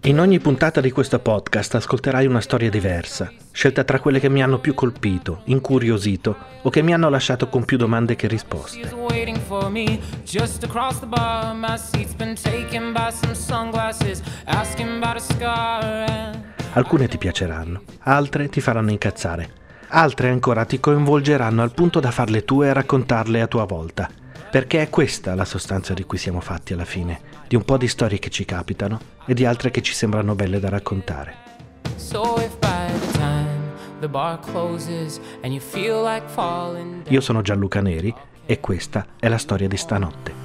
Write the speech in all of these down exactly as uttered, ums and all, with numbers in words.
In ogni puntata di questo podcast ascolterai una storia diversa, scelta tra quelle che mi hanno più colpito, incuriosito o che mi hanno lasciato con più domande che risposte. Alcune ti piaceranno, altre ti faranno incazzare, altre ancora ti coinvolgeranno al punto da farle tue e raccontarle a tua volta. Perché è questa la sostanza di cui siamo fatti alla fine, di un po' di storie che ci capitano e di altre che ci sembrano belle da raccontare. Io sono Gianluca Neri e questa è la storia di stanotte.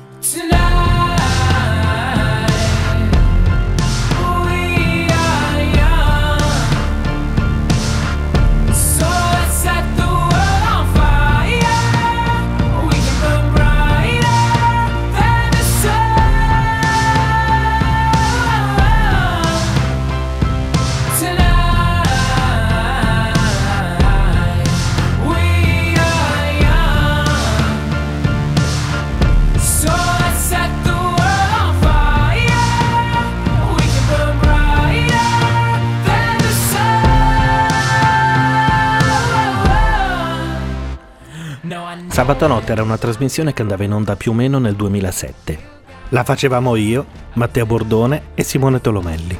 Sabato Notte era una trasmissione che andava in onda più o meno nel duemilasette. La facevamo io, Matteo Bordone e Simone Tolomelli.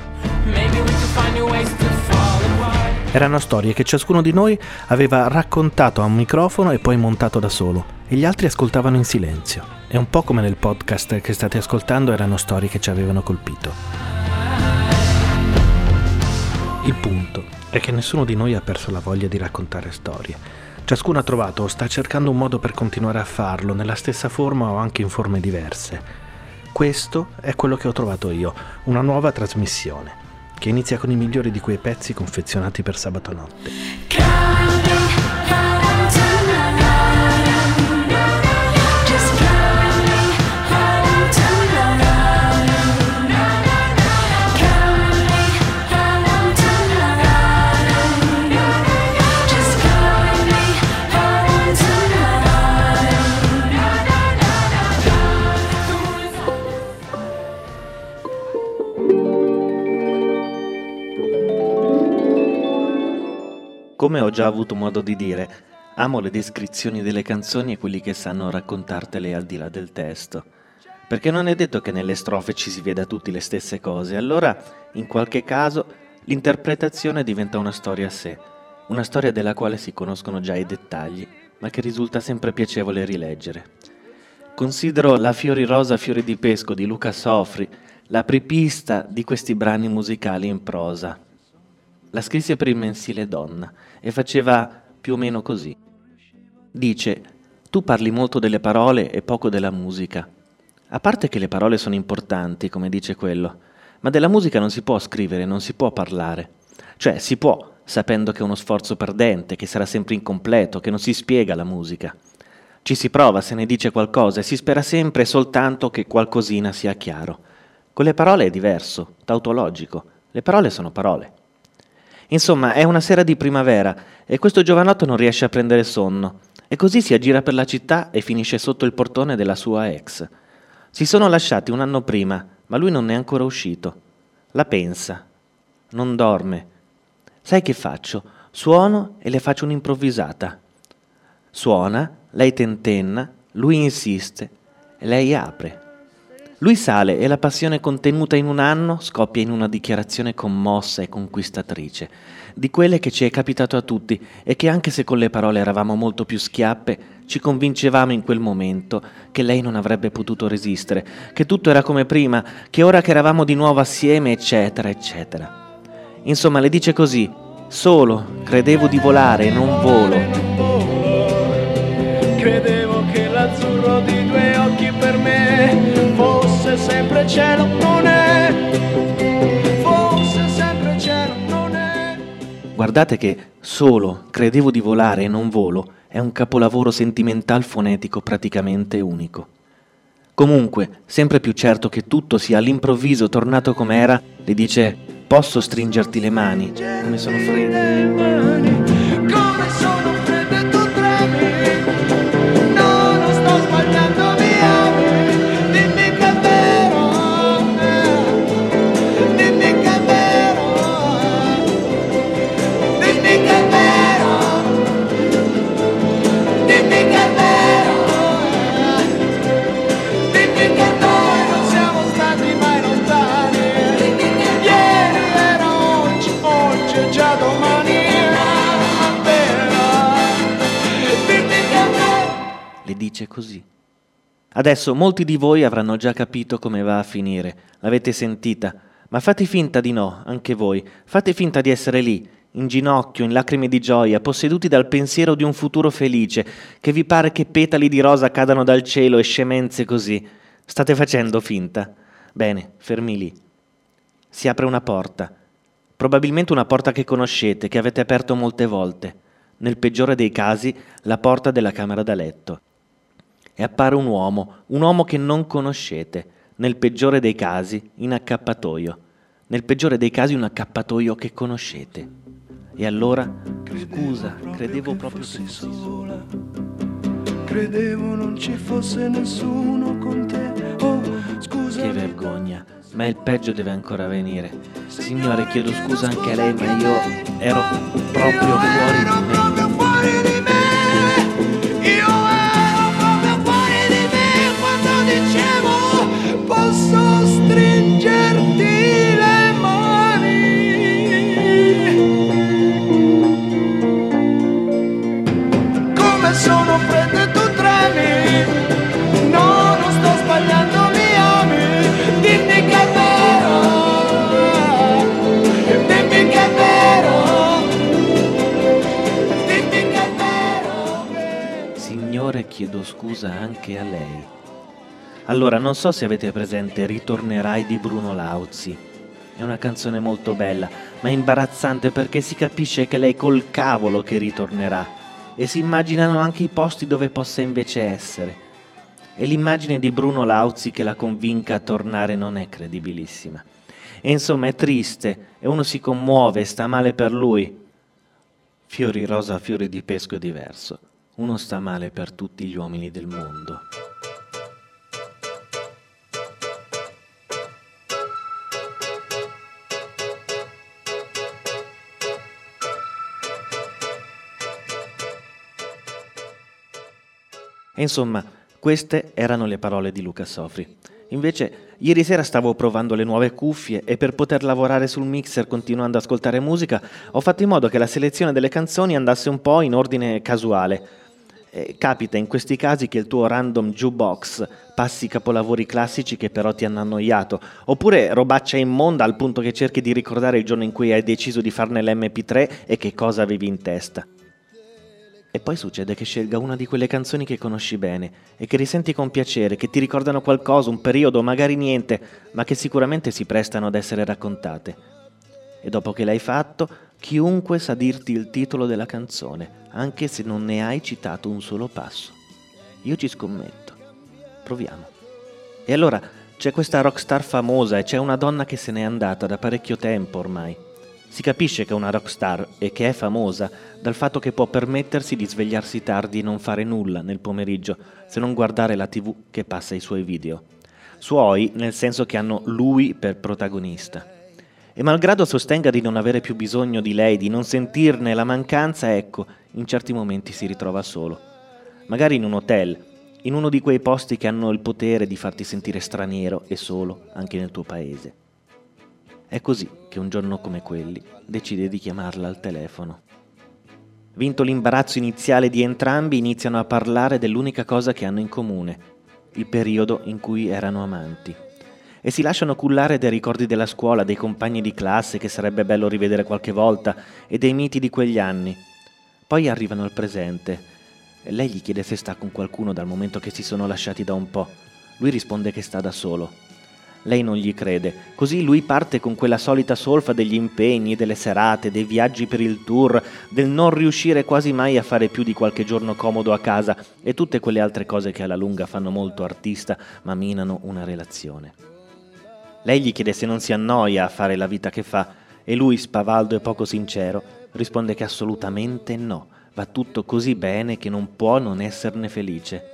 Erano storie che ciascuno di noi aveva raccontato a un microfono e poi montato da solo, e gli altri ascoltavano in silenzio. E un po' come nel podcast che state ascoltando, erano storie che ci avevano colpito. Il punto è che nessuno di noi ha perso la voglia di raccontare storie. Ciascuno ha trovato o sta cercando un modo per continuare a farlo nella stessa forma o anche in forme diverse. Questo è quello che ho trovato io, una nuova trasmissione, che inizia con i migliori di quei pezzi confezionati per sabato notte. Come ho già avuto modo di dire, amo le descrizioni delle canzoni e quelli che sanno raccontartele al di là del testo. Perché non è detto che nelle strofe ci si veda tutti le stesse cose, allora, in qualche caso, l'interpretazione diventa una storia a sé, una storia della quale si conoscono già i dettagli, ma che risulta sempre piacevole rileggere. Considero La Fiori Rosa, Fiori di Pesco di Luca Sofri l'apripista di questi brani musicali in prosa. La scrisse per il mensile Donna e faceva più o meno così. Dice: tu parli molto delle parole e poco della musica. A parte che le parole sono importanti, come dice quello, ma della musica non si può scrivere, non si può parlare. Cioè si può, sapendo che è uno sforzo perdente, che sarà sempre incompleto, che non si spiega la musica. Ci si prova, se ne dice qualcosa e si spera sempre e soltanto che qualcosina sia chiaro. Con le parole è diverso, tautologico. Le parole sono parole. Insomma, è una sera di primavera e questo giovanotto non riesce a prendere sonno e così si aggira per la città e finisce sotto il portone della sua ex. Si sono lasciati un anno prima, ma lui non è ancora uscito. La pensa. Non dorme. Sai che faccio? Suono e le faccio un'improvvisata. Suona, lei tentenna, lui insiste e lei apre. Lui sale e la passione contenuta in un anno scoppia in una dichiarazione commossa e conquistatrice, di quelle che ci è capitato a tutti e che anche se con le parole eravamo molto più schiappe, ci convincevamo in quel momento che lei non avrebbe potuto resistere, che tutto era come prima, che ora che eravamo di nuovo assieme, eccetera, eccetera. Insomma, le dice così: solo credevo di volare e non volo. Credevo che l'azzurro di due occhi per me fosse sempre cielo, non è. Fosse sempre cielo, non è. Guardate che solo credevo di volare e non volo è un capolavoro sentimental fonetico praticamente unico. Comunque, sempre più certo che tutto sia all'improvviso tornato com'era, le dice: posso stringerti le mani, come sono fredde. Come sono fredde, tu tremi. No, non sto sbagliando, mi ami. Dimmi che è vero, dimmi che è vero. dice così. Adesso molti di voi avranno già capito come va a finire, l'avete sentita, ma fate finta di no, anche voi, fate finta di essere lì, in ginocchio, in lacrime di gioia, posseduti dal pensiero di un futuro felice, che vi pare che petali di rosa cadano dal cielo e scemenze così. State facendo finta? Bene, fermi lì. Si apre una porta, probabilmente una porta che conoscete, che avete aperto molte volte, nel peggiore dei casi la porta della camera da letto. E appare un uomo, un uomo che non conoscete, nel peggiore dei casi in accappatoio, nel peggiore dei casi un accappatoio che conoscete. E allora, scusa, credevo proprio che fossi sola. Credevo non ci fosse nessuno con te. Oh, scusa. Che vergogna, ma il peggio deve ancora venire. Signore, chiedo scusa anche a lei, ma io ero proprio fuori di me. Proprio fuori di me. Io ero proprio fuori di me quando dicevo posso stringerti le mani. Come sono freddo tu tremi. No, non sto sbagliando, mi ami. Dimmi che è vero. Dimmi che è vero. Dimmi che è vero. Signore, chiedo scusa anche a lei. Allora, non so se avete presente Ritornerai di Bruno Lauzi. È una canzone molto bella, ma imbarazzante perché si capisce che lei col cavolo che ritornerà. E si immaginano anche i posti dove possa invece essere. E l'immagine di Bruno Lauzi che la convinca a tornare non è credibilissima. E insomma è triste, e uno si commuove, sta male per lui. Fiori rosa, fiori di pesco è diverso. Uno sta male per tutti gli uomini del mondo. E insomma, queste erano le parole di Luca Sofri. Invece, ieri sera stavo provando le nuove cuffie e per poter lavorare sul mixer continuando ad ascoltare musica, ho fatto in modo che la selezione delle canzoni andasse un po' in ordine casuale. E capita in questi casi che il tuo random jukebox passi capolavori classici che però ti hanno annoiato, oppure robaccia immonda al punto che cerchi di ricordare il giorno in cui hai deciso di farne l'emme pi tre e che cosa avevi in testa. E poi succede che scelga una di quelle canzoni che conosci bene e che risenti con piacere, che ti ricordano qualcosa, un periodo, magari niente, ma che sicuramente si prestano ad essere raccontate. E dopo che l'hai fatto, chiunque sa dirti il titolo della canzone, anche se non ne hai citato un solo passo. Io ci scommetto. Proviamo. E allora c'è questa rockstar famosa e c'è una donna che se n'è andata da parecchio tempo ormai. Si capisce che è una rockstar e che è famosa dal fatto che può permettersi di svegliarsi tardi e non fare nulla nel pomeriggio, se non guardare la tivù che passa i suoi video. Suoi, nel senso che hanno lui per protagonista. E malgrado sostenga di non avere più bisogno di lei, di non sentirne la mancanza, ecco, in certi momenti si ritrova solo. Magari in un hotel, in uno di quei posti che hanno il potere di farti sentire straniero e solo anche nel tuo paese. È così che un giorno come quelli decide di chiamarla al telefono. Vinto l'imbarazzo iniziale di entrambi, iniziano a parlare dell'unica cosa che hanno in comune, il periodo in cui erano amanti. E si lasciano cullare dai ricordi della scuola, dei compagni di classe che sarebbe bello rivedere qualche volta e dei miti di quegli anni. Poi arrivano al presente. Lei gli chiede se sta con qualcuno dal momento che si sono lasciati da un po'. Lui risponde che sta da solo. Lei non gli crede, così lui parte con quella solita solfa degli impegni, delle serate, dei viaggi per il tour, del non riuscire quasi mai a fare più di qualche giorno comodo a casa e tutte quelle altre cose che alla lunga fanno molto artista ma minano una relazione. Lei gli chiede se non si annoia a fare la vita che fa e lui, spavaldo e poco sincero, risponde che assolutamente no, va tutto così bene che non può non esserne felice.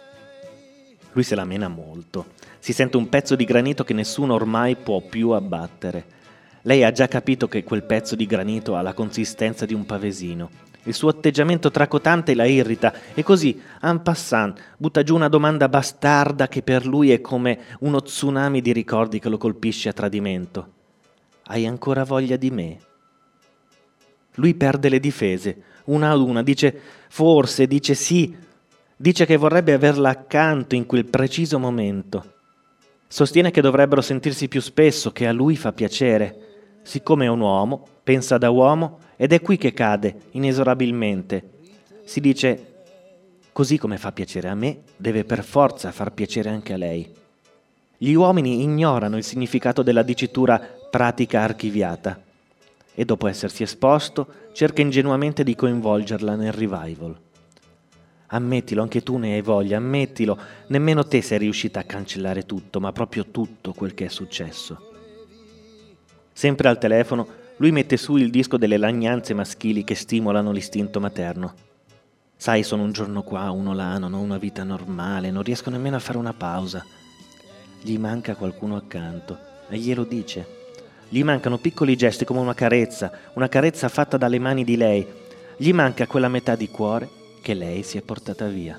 Lui se la mena molto. Si sente un pezzo di granito che nessuno ormai può più abbattere. Lei ha già capito che quel pezzo di granito ha la consistenza di un pavesino. Il suo atteggiamento tracotante la irrita e così, en passant, butta giù una domanda bastarda che per lui è come uno tsunami di ricordi che lo colpisce a tradimento. Hai ancora voglia di me? Lui perde le difese, una ad una, dice forse, dice sì, Dice che vorrebbe averla accanto in quel preciso momento. Sostiene che dovrebbero sentirsi più spesso, che a lui fa piacere. Siccome è un uomo, pensa da uomo, ed è qui che cade, inesorabilmente. Si dice, così come fa piacere a me, deve per forza far piacere anche a lei. Gli uomini ignorano il significato della dicitura pratica archiviata e dopo essersi esposto cerca ingenuamente di coinvolgerla nel revival. Ammettilo, anche tu ne hai voglia, ammettilo, nemmeno te sei riuscita a cancellare tutto, ma proprio tutto quel che è successo. Sempre al telefono, lui mette su il disco delle lagnanze maschili che stimolano l'istinto materno. Sai, sono un giorno qua, uno là, non ho una vita normale, non riesco nemmeno a fare una pausa. Gli manca qualcuno accanto e glielo dice. Gli mancano piccoli gesti come una carezza, una carezza fatta dalle mani di lei. Gli manca quella metà di cuore che lei si è portata via.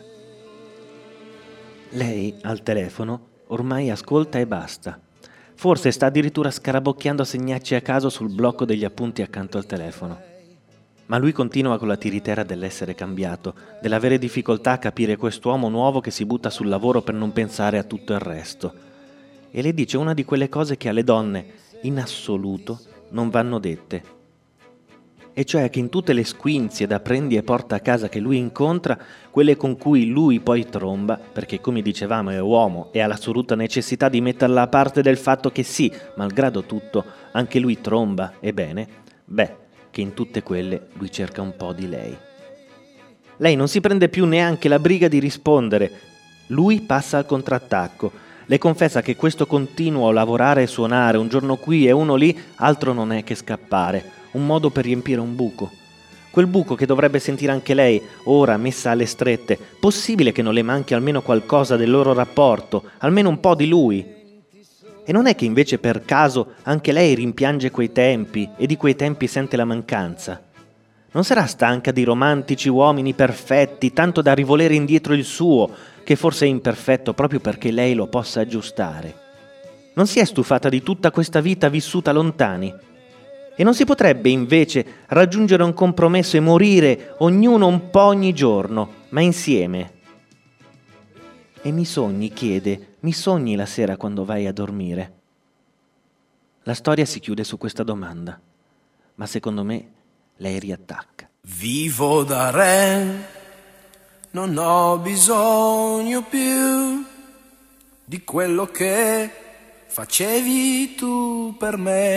Lei, al telefono, ormai ascolta e basta. Forse sta addirittura scarabocchiando segnacci a caso sul blocco degli appunti accanto al telefono. Ma lui continua con la tiritera dell'essere cambiato, dell'avere difficoltà a capire quest'uomo nuovo che si butta sul lavoro per non pensare a tutto il resto. E le dice una di quelle cose che alle donne, in assoluto, non vanno dette. E cioè che in tutte le squinzie da prendi e porta a casa che lui incontra, quelle con cui lui poi tromba, perché come dicevamo è uomo e ha l'assoluta necessità di metterla a parte del fatto che sì, malgrado tutto, anche lui tromba, e bene, beh, che in tutte quelle lui cerca un po' di lei. Lei non si prende più neanche la briga di rispondere. Lui passa al contrattacco. Le confessa che questo continuo lavorare e suonare, un giorno qui e uno lì, altro non è che scappare, un modo per riempire un buco. Quel buco che dovrebbe sentire anche lei, ora messa alle strette. Possibile che non le manchi almeno qualcosa del loro rapporto, almeno un po' di lui? E non è che invece per caso anche lei rimpiange quei tempi e di quei tempi sente la mancanza? Non sarà stanca di romantici uomini perfetti, tanto da rivolere indietro il suo, che forse è imperfetto proprio perché lei lo possa aggiustare? Non si è stufata di tutta questa vita vissuta lontani? E non si potrebbe invece raggiungere un compromesso e morire ognuno un po' ogni giorno, ma insieme? E mi sogni, chiede, mi sogni la sera quando vai a dormire? La storia si chiude su questa domanda, ma secondo me lei riattacca. Vivo da re, non ho bisogno più di quello che facevi tu per me.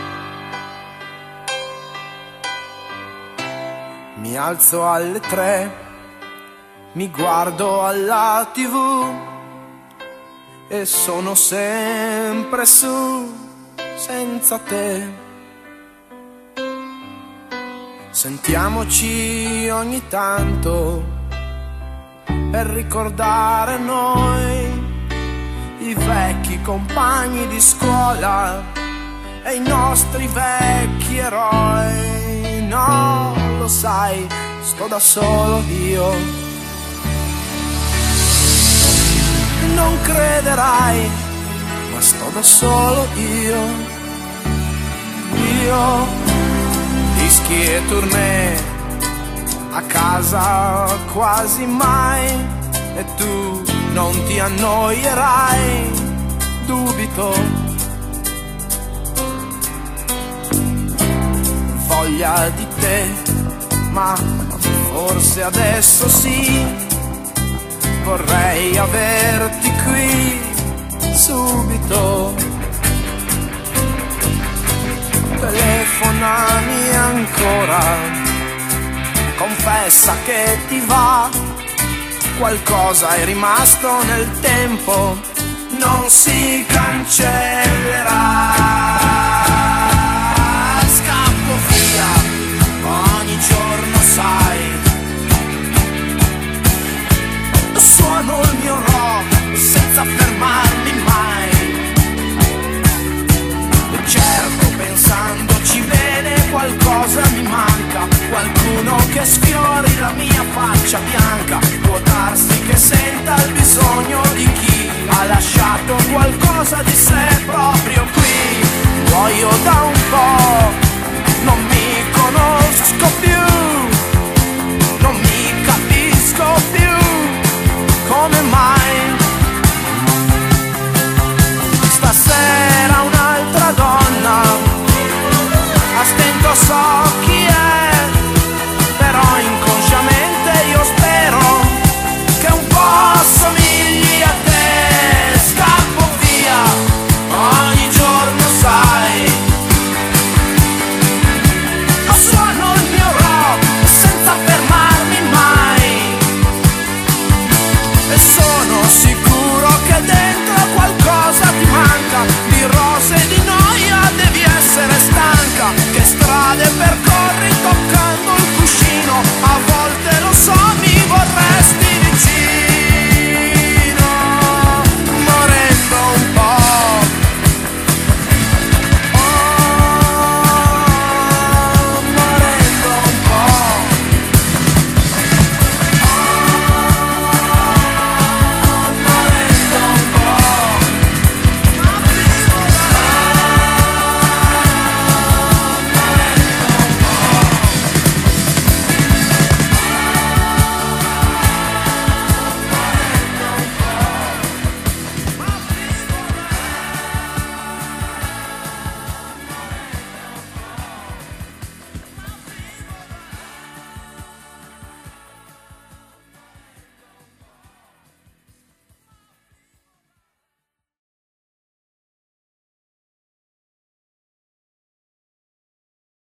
Mi alzo alle tre, mi guardo alla tivù e sono sempre su senza te. Sentiamoci ogni tanto per ricordare noi i vecchi compagni di scuola e i nostri vecchi eroi. No, lo sai, sto da solo io. Non crederai, ma sto da solo io. Io dischi e tournée, a casa quasi mai, e tu non ti annoierai, dubito. Voglia di te, ma forse adesso sì, vorrei averti qui subito. Telefonami ancora, confessa che ti va, qualcosa è rimasto nel tempo, non si cancellerà. Scappo via ogni giorno, sai, suono il mio rock senza fermarmi mai. Certo, pensandoci bene qualcosa mi manca, qualcuno che sfiori la mia faccia bianca.